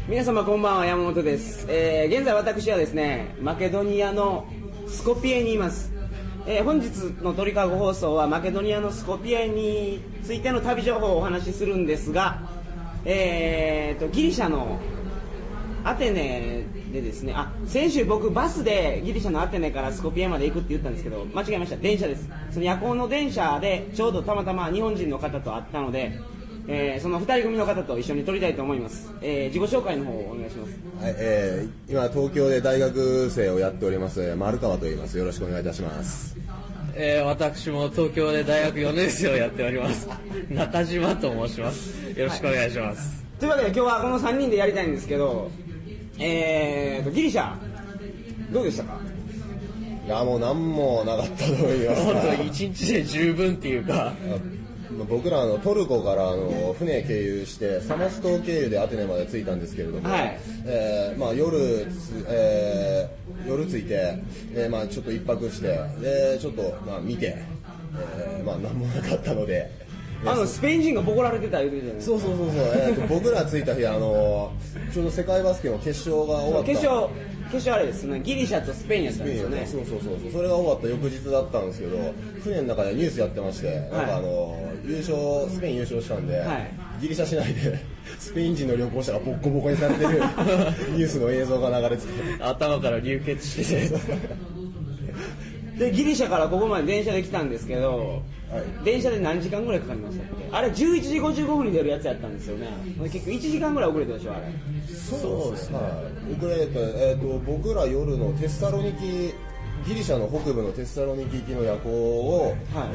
皆様こんばんは、山本です。現在私はですね、マケドニアのスコピエにいます。本日の鳥かご放送はマケドニアのスコピエについての旅情報をお話しするんですが、ギリシャのアテネでですね、先週僕バスでギリシャのアテネからスコピエまで行くって言ったんですけど、間違えました。電車です。その夜行の電車でちょうどたまたま日本人の方と会ったので、その2人組の方と一緒に撮りたいと思います。自己紹介の方をお願いします。 はい、今東京で大学生をやっております丸川と言います。よろしくお願いいたします。 私も東京で大学4年生をやっております中島と申します。よろしくお願いします。 というわけで今日はこの3人でやりたいんですけど、ギリシャどうでしたか？ いや、もう何もなかったと思います。 本当に1日で十分っていうか僕らトルコから船経由してサマス島経由でアテネまで着いたんですけれども、 はい、 夜着いて、ちょっと一泊してでちょっと見て、何もなかったので、 スペイン人がボコられてた言うてたじゃないですか。 そう、僕ら着いた日ちょうど世界バスケの決勝が終わった。 決勝あれですね、ギリシャとスペインやったんですよね。 そうそれが終わった翌日だったんですけど、船の中でニュースやってまして、スペイン優勝したんで、はい、ギリシャ市内でスペイン人の旅行者がボッコボコにされてるニュースの映像が流れてて頭から流血してでギリシャからここまで電車で来たんですけど、はい、電車で何時間ぐらいかかりましたっけ？あれ11時55分に出るやつやったんですよね。結局1時間ぐらい遅れたでしょ、あれ。 そうですね、遅れて、僕ら夜のテッサロニキ、ギリシャの北部のテッサロニキ行きの夜行を、はい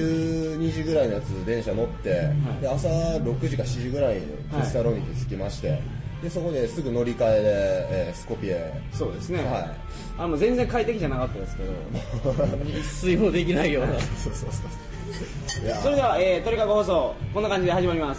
、12時ぐらいのやつ電車乗って、はい、で朝6時か7時ぐらいにテッサロニキ着きまして、はい、でそこですぐ乗り換えで、スコピエ。 そうですね、はい、もう全然快適じゃなかったですけど一睡もできないようなそれでは、鳥かご放送こんな感じで始まります。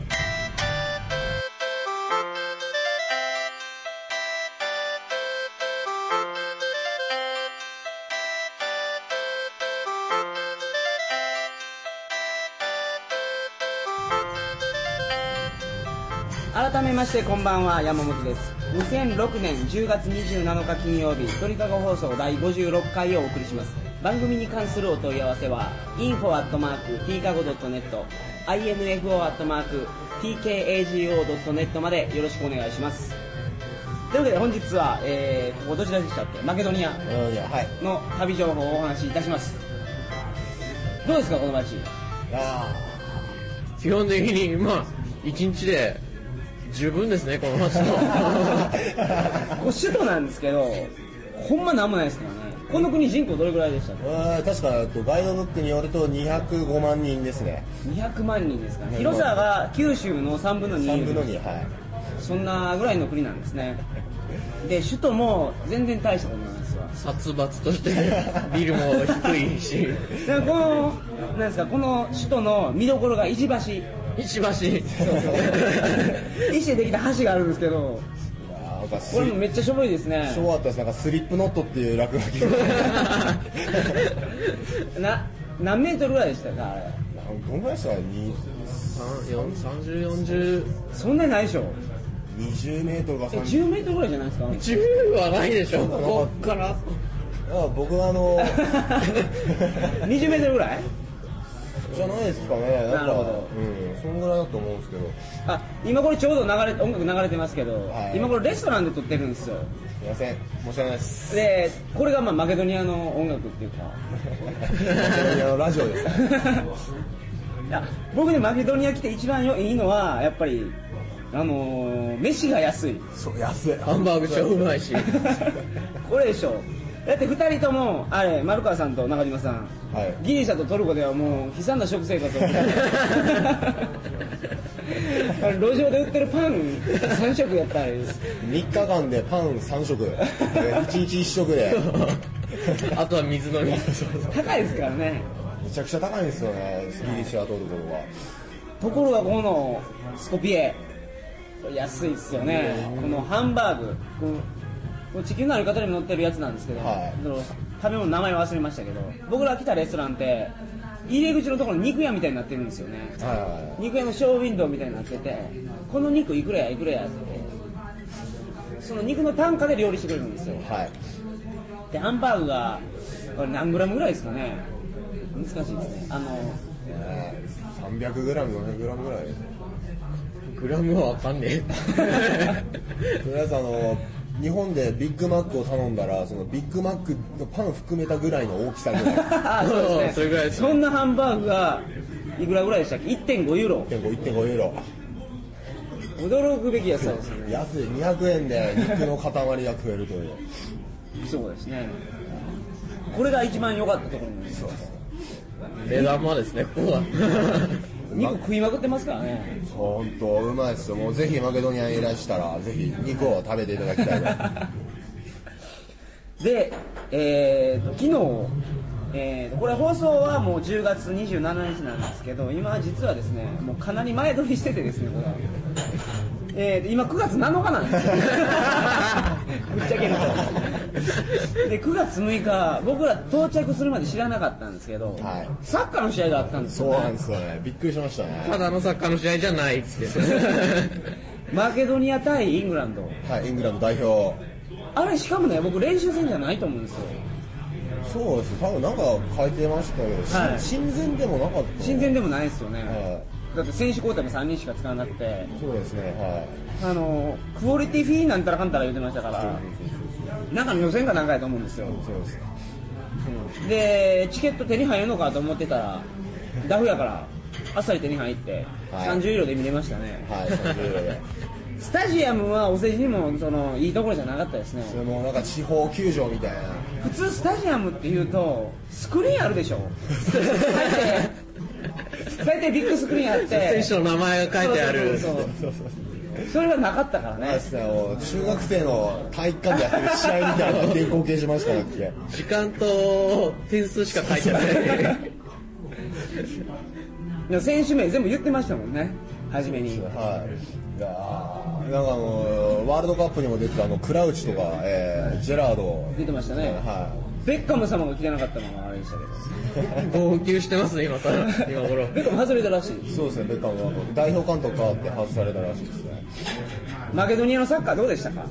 改めましてこんばんは、山本です。2006年10月27日金曜日、鳥かご放送第56回をお送りします。番組に関するお問い合わせは info@tkago.net info@tkago.net までよろしくお願いします。というわけで本日は、ここどちらでしたっけ？マケドニアの旅情報をお話しいたします。どうですか、この街？ 基本的に1日で十分ですね、この街のこ首都なんですけど、ほんまなんもないですからね。この国人口どれぐらいでしたっけ？ 確かガイドブックによると205万人ですね。 200万人ですかね。広さが九州の3分の2。 3分の2、はい。そんなぐらいの国なんですね。で、首都も全然大したことないですわ。 殺伐としてビルも低いしでこの首都の見どころが石橋石でできた橋があるんですけど、これもめっちゃしょぼいですね。 しょぼかったです。なんかスリップノットっていう落書きが何メートルぐらいでしたか、あれ。 どんぐらいでしたか ？30、40。 そんなにないでしょ。 20メートルか 10メートルぐらいじゃないですか。 10はないでしょ、こっから僕は 20メートルぐらいじゃないですかね。 なるほど、 そんぐらいだと思うんですけど。 今これちょうど音楽流れてますけど、はい、今これレストランで撮ってるんですよ。 すいません、申し訳ないです。 でこれがマケドニアの音楽っていうかマケドニアのラジオですいや、僕ね、マケドニア来て一番いいのはやっぱり飯が安い。 そう安い。 ハンバーグ超うまいしこれでしょ。だって2人ともあれ、丸川さんと中島さん、はい、ギリシャとトルコではもう悲惨な食生活を路上で売ってるパン3食やったらいいです。 3日間でパン3食1日1食であとは水飲み高いですからね。 めちゃくちゃ高いんですよね、ギリシャトルコは。 ところがこのスコピエ安いですよね。このハンバーグ、こ地球の歩き方にも載ってるやつなんですけど、はい、食べ物の名前忘れましたけど、僕ら来たレストランって入り口のところ肉屋みたいになってるんですよね、はいはいはい、肉屋のショーウィンドウみたいになってて、この肉いくらやいくらやってその肉の単価で料理してくれるんですよ。 はい。 でハンバーグがこれ何グラムぐらいですかね。難しいですね。 300グラム400グラムぐらい。 グラムはわかんねえ。 とりあえず日本でビッグマックを頼んだらそのビッグマックのパン含めたぐらいの大きさぐらい。 そうですね。 それぐらいですね。 そんなハンバーグがいくらぐらいでしたっけ。 1.5 ユーロ。 1.5ユーロ。 驚くべき安さですね。 安い200円で肉の塊が食えるという。 そうですね。これが一番良かったところなんですよ。 値段もですね、ここは。 肉食いまくってますからね。 本当うまいですよ。もうぜひマケドニアにいらしたらぜひ肉を食べていただきたいで、昨日、これ放送はもう10月27日なんですけど、今実はですねもうかなり前撮りしててですね、これ、今9月7日なんですよ。ぶっちゃけると。で9月6日僕ら到着するまで知らなかったんですけど、 はい、 サッカーの試合があったんですよ、 そうなんですよね。びっくりしましたね。 ただのサッカーの試合じゃないって。 マケドニア対イングランド。 はい、イングランド代表。 あれしかもね、僕練習戦じゃないと思うんですよ。 そうです。多分なんか書いてましたけど、 はい、 親善でもなかった。 親善でもないですよね。 はい、 だって選手交代も3人しか使わなくて。 そうですね。はい。 クオリティフィーなんたらかんたら言ってましたから、なんかの予選かなんかやと思うんですよ。 そうです。 でチケット手に入るのかと思ってたらダフやからあっさり手に入って、はい、30ユーロで見れましたね。 はい、30ユーロで。 スタジアムはお世辞にもいいところじゃなかったですね。 それもなんか地方球場みたいな。 普通スタジアムっていうとスクリーンあるでしょ。最低ビッグスクリーンあって選手の名前が書いてある。 それがなかったからね。 中学生の体育館でやってる試合みたいな電光掲示板しかなくて、 時間と点数しか書いてない。 選手名全部言ってましたもんね、初めに。 はい。いやなんかワールドカップにも出てたクラウチとか、ジェラード出てましたね。はい。ベッカム様が来てなかったのがあれでしたけど。 号泣してますね今頃。 ベッカム外れたらしい。 そうですね。ベッカムは代表監督変わって外されたらしいですね。 マケドニアのサッカーどうでしたか。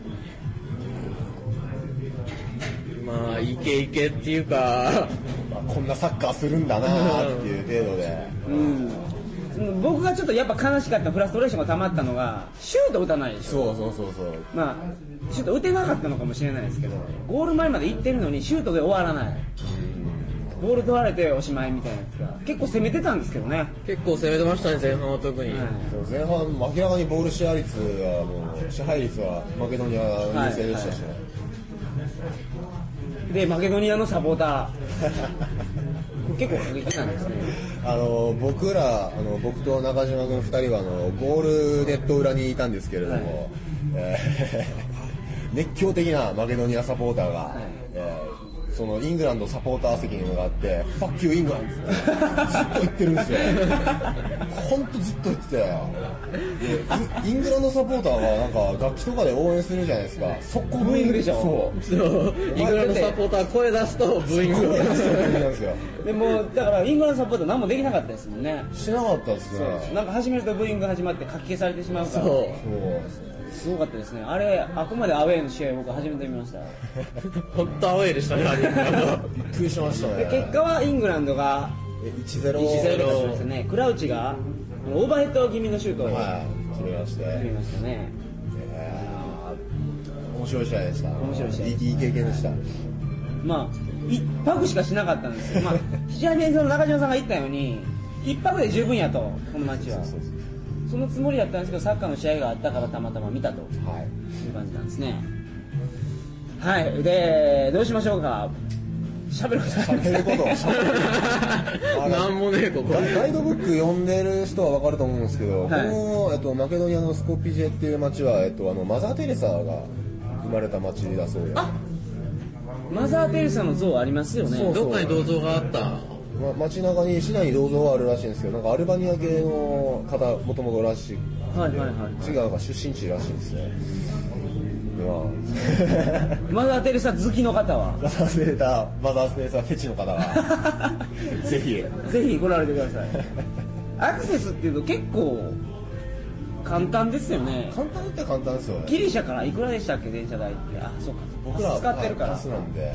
まあイケイケっていうか、 こんなサッカーするんだなーっていう程度で。 僕がちょっとやっぱ悲しかったフラストレーションが溜まったのがシュート打たないでしょ。そう。まあシュート打てなかったのかもしれないですけど、ゴール前まで行ってるのにシュートで終わらない。ボール取られておしまいみたいなやつが結構攻めてたんですけどね。 結構攻めてましたね、前半は特に。 前半明らかにボール支配率はマケドニア優勢でしたしね。 でマケドニアのサポーター結構過激なんですね。 僕と中島君2人はゴールネット裏にいたんですけれども、熱狂的なマケドニアサポーターが、そのイングランドサポーター席に向かって「ファッキューイングランド」ずっと言ってるんですよ。本当ずっと言ってて、イングランドサポーターはなんか楽器とかで応援するじゃないですか。速攻ブーイングでしょ。そうイングランドサポーター声出すとブーイングなんですよ。でもだからイングランドサポーター何もできなかったですもんね。 しなかったですね。 なんか始めるとブーイングが始まってかき消されてしまうから。そうすごかったですね。あれあくまでアウェーの試合僕初めて見ました。 本当アウェーでしたね。 びっくりしましたね。 で結果はイングランドが 1-0 で勝ちましたね。クラウチがオーバーヘッド気味のシュートを決めましたね。 面白い試合でした。 面白い試合。 いい経験でした。 まあ一泊しかしなかったんですよ。まあ試合で中島さんが言ったように一泊で十分やと、この街は。そのつもりだったんですけど、サッカーの試合があったからたまたま見たという感じなんですね。はい。でどうしましょうか。喋ることなんもねえここ。 ガイドブック読んでる人は分かると思うんですけど、このマケドニアのスコピジェっていう町はマザー・テレサが生まれた町だそうです。 マザー・テレサの像ありますよね。 どっかに銅像があった。 街中に市内に銅像があるらしいんですけど、なんかアルバニア系の方もともとらしい。違うか出身地らしいんですね。 マザー・テレサ好きの方はマザー・テレサフェチの方はぜひ来られてください。アクセスっていうと結構簡単ですよね。 簡単って簡単ですよね。 ギリシャからいくらでしたっけ、電車代って。あ、そうか、 僕らは使ってるから、 パスなんで。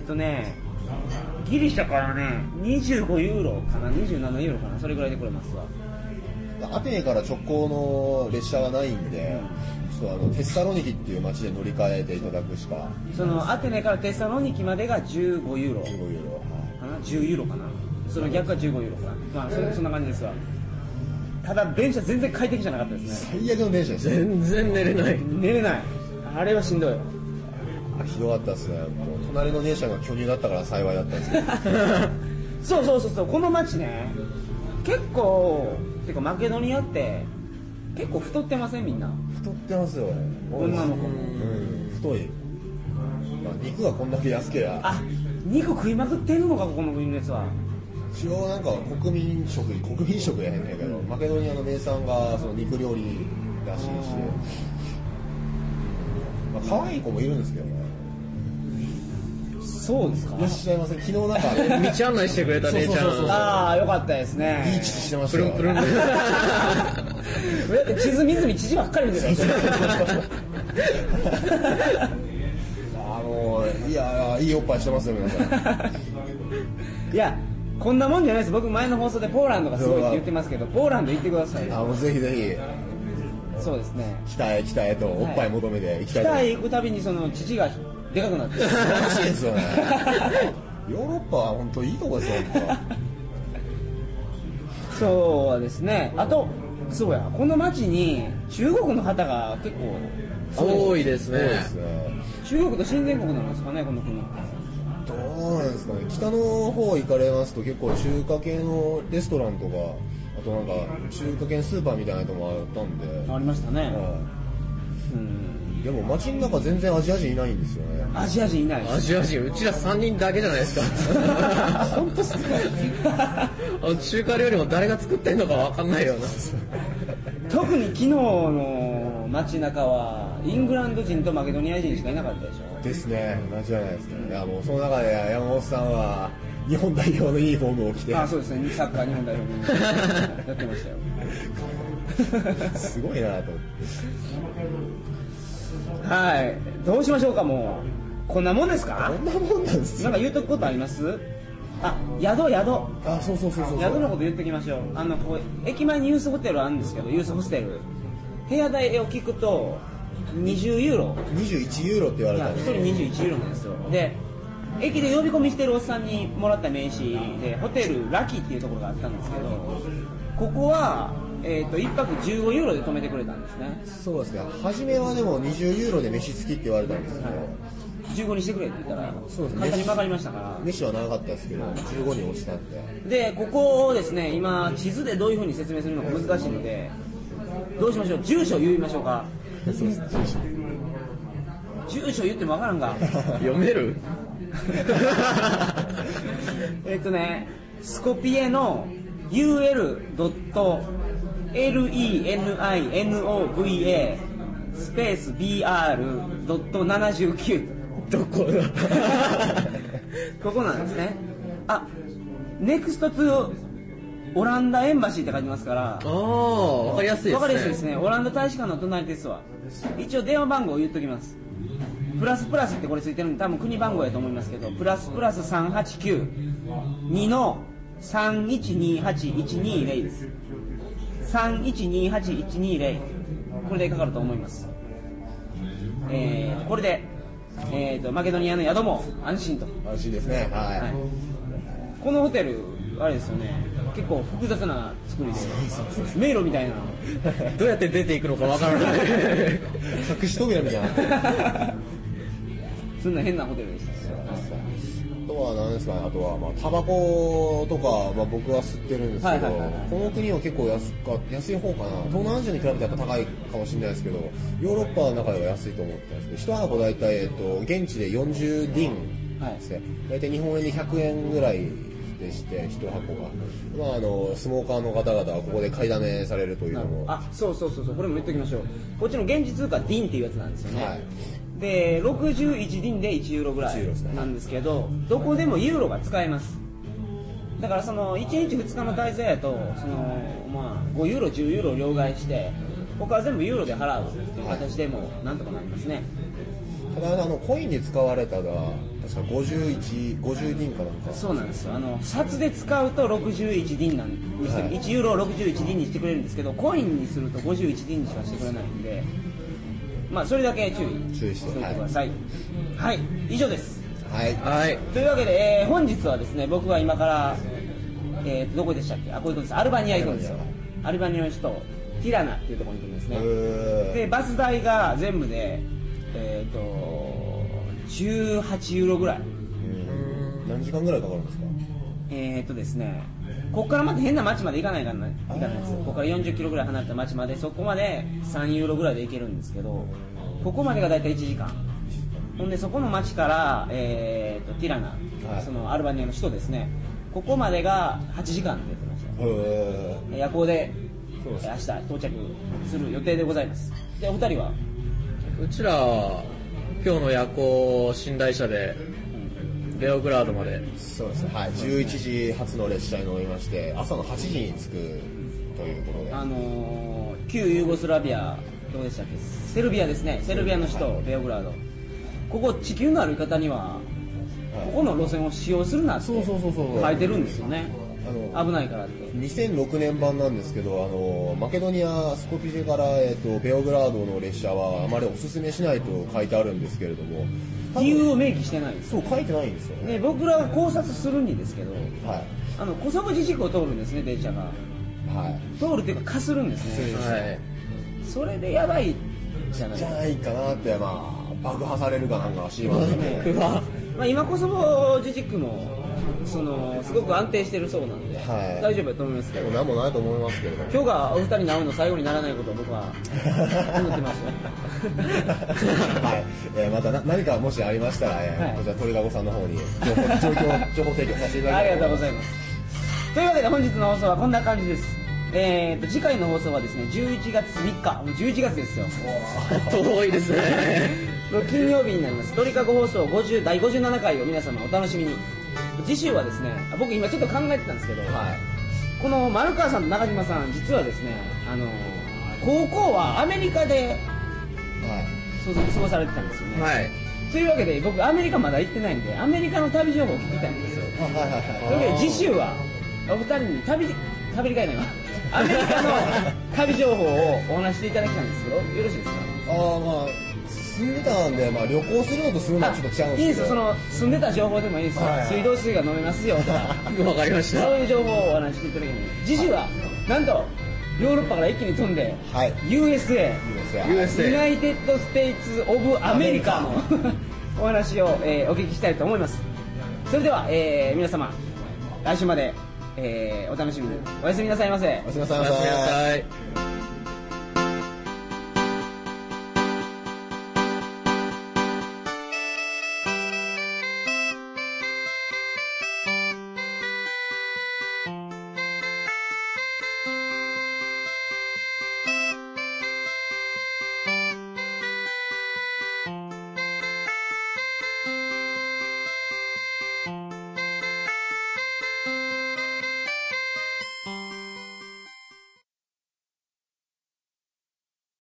ギリシャからね25ユーロかな、27ユーロかな、それぐらいで来れますわ。 アテネから直行の列車がないんで、ちょっとテスサロニキっていう街で乗り換えていただくしか。 そのアテネからテサロニキまでが15ユーロ 15ユーロ、 かな、10ユーロかな、その逆が15ユーロかな、まあそんな感じですわ。ただ電車全然快適じゃなかったですね。 最悪の電車でした。 全然寝れない。 寝れない、あれはしんどい。 ひどかったですね。もう隣の電車が巨乳だったから幸いだったんですけど。 そうこの街ね、結構てかマケドニアって結構太ってません？みんな太ってますよね。 女の子も。 太い。まあ、肉がこんだけ安けりゃ。 あ、肉食いまくってんのか、ここの国のやつは。 一応なんか国民食やへんねんけど、マケドニアの名産がその肉料理らしいし、まあ、可愛い子もいるんですけどね。 そうですか。 いらっしゃいません。昨日なんか道案内してくれた姉ちゃん。 ああ、よかったですね。 いい乳してましたよ。 プルンプルン。 地図見ずに乳ばっかり見てた。 いやいいおっぱいしてますよ皆さん。 いや、こんなもんじゃないです。僕前の放送でポーランドがすごいって言ってますけど、ポーランド行ってください。 もうぜひぜひ。そうですね。 北へとおっぱい求めて行きたい。 北へ行くたびにその乳がでかくなって。 素晴らしいですよね。ヨーロッパは本当いいとこですよ。 そうですね。あとそうや、この町に中国の旗が結構多いですね。 中国と親善国なんですかね、この国。 どうなんですかね。北の方行かれますと結構中華系のレストランとか、あとなんか中華系スーパーみたいなのもあったんで。 ありましたね。 でも街の中全然アジア人いないんですよね。 アジア人いない。 アジア人うちら3人だけじゃないですか。 本当少ない。 中華料理も誰が作ってんのかわかんないような。 特に昨日の街中はイングランド人とマケドニア人しかいなかったでしょ。 ですね、間違いないですね。いやもうその中で山本さんは日本代表のユニフォームを着て。 あ、そうですね、サッカー日本代表にやってましたよ。 すごいなと思って。 はい、どうしましょうか。もうこんなもんですか。 こんなもんなんですよ。 なんか言うとくことあります？あ、宿。 あ、そう宿のこと言ってきましょう。こう駅前にユースホテルあるんですけど、ユースホステル部屋代を聞くと20ユーロ、 21ユーロって言われたん 1 です人21ユーロなんですよ。で、駅で呼び込みしてるおっさんにもらった名刺でホテルラキっていうところがあったんですけど、ここは1泊15ユーロで泊めてくれたんですね。 そうですね。初めはでも20ユーロで飯付きって言われたんですけど、 15にしてくれって言ったらそうですね、 簡単に分かりましたから。 飯は長かったですけど15に落ちたんで。 で、ここをですね、今地図でどういう風に説明するのか難しいので、どうしましょう。住所言いましょうか。 そうですね。 住所言っても分からんが。 読める？ スコピエの ul.leninova スペース br.79 どこだ？ ここなんですね。あ、ネクストトゥオランダエンバシーって書いてますから。 ああ、わかりやすいですね。 わかりやすいですね。オランダ大使館の隣ですわ。一応電話番号を言っときます。プラスってこれついてるんで多分国番号やと思いますけど、プラス389-2-3128-120です。3128120、これでかかると思います。これで、マケドニアの宿も安心と。 安心ですね。はい。 このホテルあれですよね、結構複雑な作りで、迷路みたいな。 どうやって出ていくのかわからない。 隠し扉みたいな。 そんな変なホテルでした。 あとは何ですかね。あとはまあタバコとか、まあ、僕は吸ってるんですけど、この国は結構安い方かな。東南アジアに比べてやっぱ高いかもしれないですけど、ヨーロッパの中では安いと思ってます。一箱大体現地で40ディンですね。大体日本円で100円ぐらいでして一箱が、まあ、スモーカーの方々はここで買いだめされるというのも。 あ、そうこれも言っときましょう。こっちの現地通貨ディンっていうやつなんですよね。 はい。 で61ディンで1ユーロぐらいなんですけど、どこでもユーロが使えます。だからその1日2日の滞在やとまあ、5ユーロ10ユーロ両替して他は全部ユーロで払うっていう形でもなんとかなりますね。 ただコインに使われたが確か50ディンかなんか。 そうなんですよ。札で使うと61ディンなんにして、1ユーロを61ディンにしてくれるんですけど、コインにすると51ディンにしかしてくれないんで、まあそれだけ注意しておいてください。はい、以上です。 はい。 というわけで、本日はですね、僕は今から、どこでしたっけ？こういうとこです。アルバニア行くんですよ。アルバニアの首都ティラナっていうところに行くんですね。で、バス代が全部で18ユーロぐらい。 何時間ぐらいかかるんですか？ ですね、ここからまた変な町まで行かないんですよ。ここから40キロぐらい離れた町まで、そこまで3ユーロぐらいで行けるんですけど、ここまでがだいたい1時間。ほんでそこの町から、ティラナ、そのアルバニアの首都ですね、ここまでが8時間で出てました。夜行で明日到着する予定でございます。で、お二人は？ うちら今日の夜行寝台車でベオグラードまで。 そうですね、はい、11時発の列車に乗りまして、朝の8時に着くということで、 旧ユーゴスラビア、どうでしたっけ、セルビアですね、セルビアの首都ベオグラード、ここ地球の歩き方には、ここの路線を使用するなって書いてるんですよね。危ないからって。 2006年版なんですけど、マケドニアスコピジェから、ベオグラードの列車はあまりおすすめしないと書いてあるんですけれども、 理由を明記してないんですよ。 そう書いてないんですよね。 僕らが考察するにですけど、 はい、 コソボ自治区を通るんですね、電車が。 はい、 通るっていうかかするんですね。 はい、 それでやばいじゃないかなって、爆破されるかなんか知りませんね。 今コソボ自治区もすごく安定してるそうなので、大丈夫だと思いますけど。 何もないと思いますけど、 今日がお二人に会うの最後にならないことを僕は思ってますね。 はい、また何かもしありましたら、こちら鳥籠さんの方に情報提供させていただきます。 ありがとうございます。というわけで本日の放送はこんな感じです。次回の放送はですね、11月3日、もう11月ですよ。 遠いですね。 金曜日になります。鳥かご放送第57回を皆様お楽しみに。次週はですね、僕今ちょっと考えてたんですけど、この丸川さんと中島さん、実はですね、高校はアメリカで過ごされてたんですよね。というわけで僕アメリカまだ行ってないんで、アメリカの旅情報を聞きたいんですよ。というわけで次週はお二人にアメリカの旅情報をお話していただきたいんですけど、よろしいですか？ 住んでたんで、旅行するのとするのはちょっと違うんですけど。いいんですよ、住んでた情報でもいいですよ。水道水が飲めますよとか。 わかりました。 そういう情報をお話していただきたい。次週はなんとヨーロッパから一気に飛んで、USA ユナイテッドステイツオブアメリカのお話を、お聞きしたいと思います。それでは、皆様来週まで、お楽しみに。おやすみなさいませ。 おやすみなさいませ。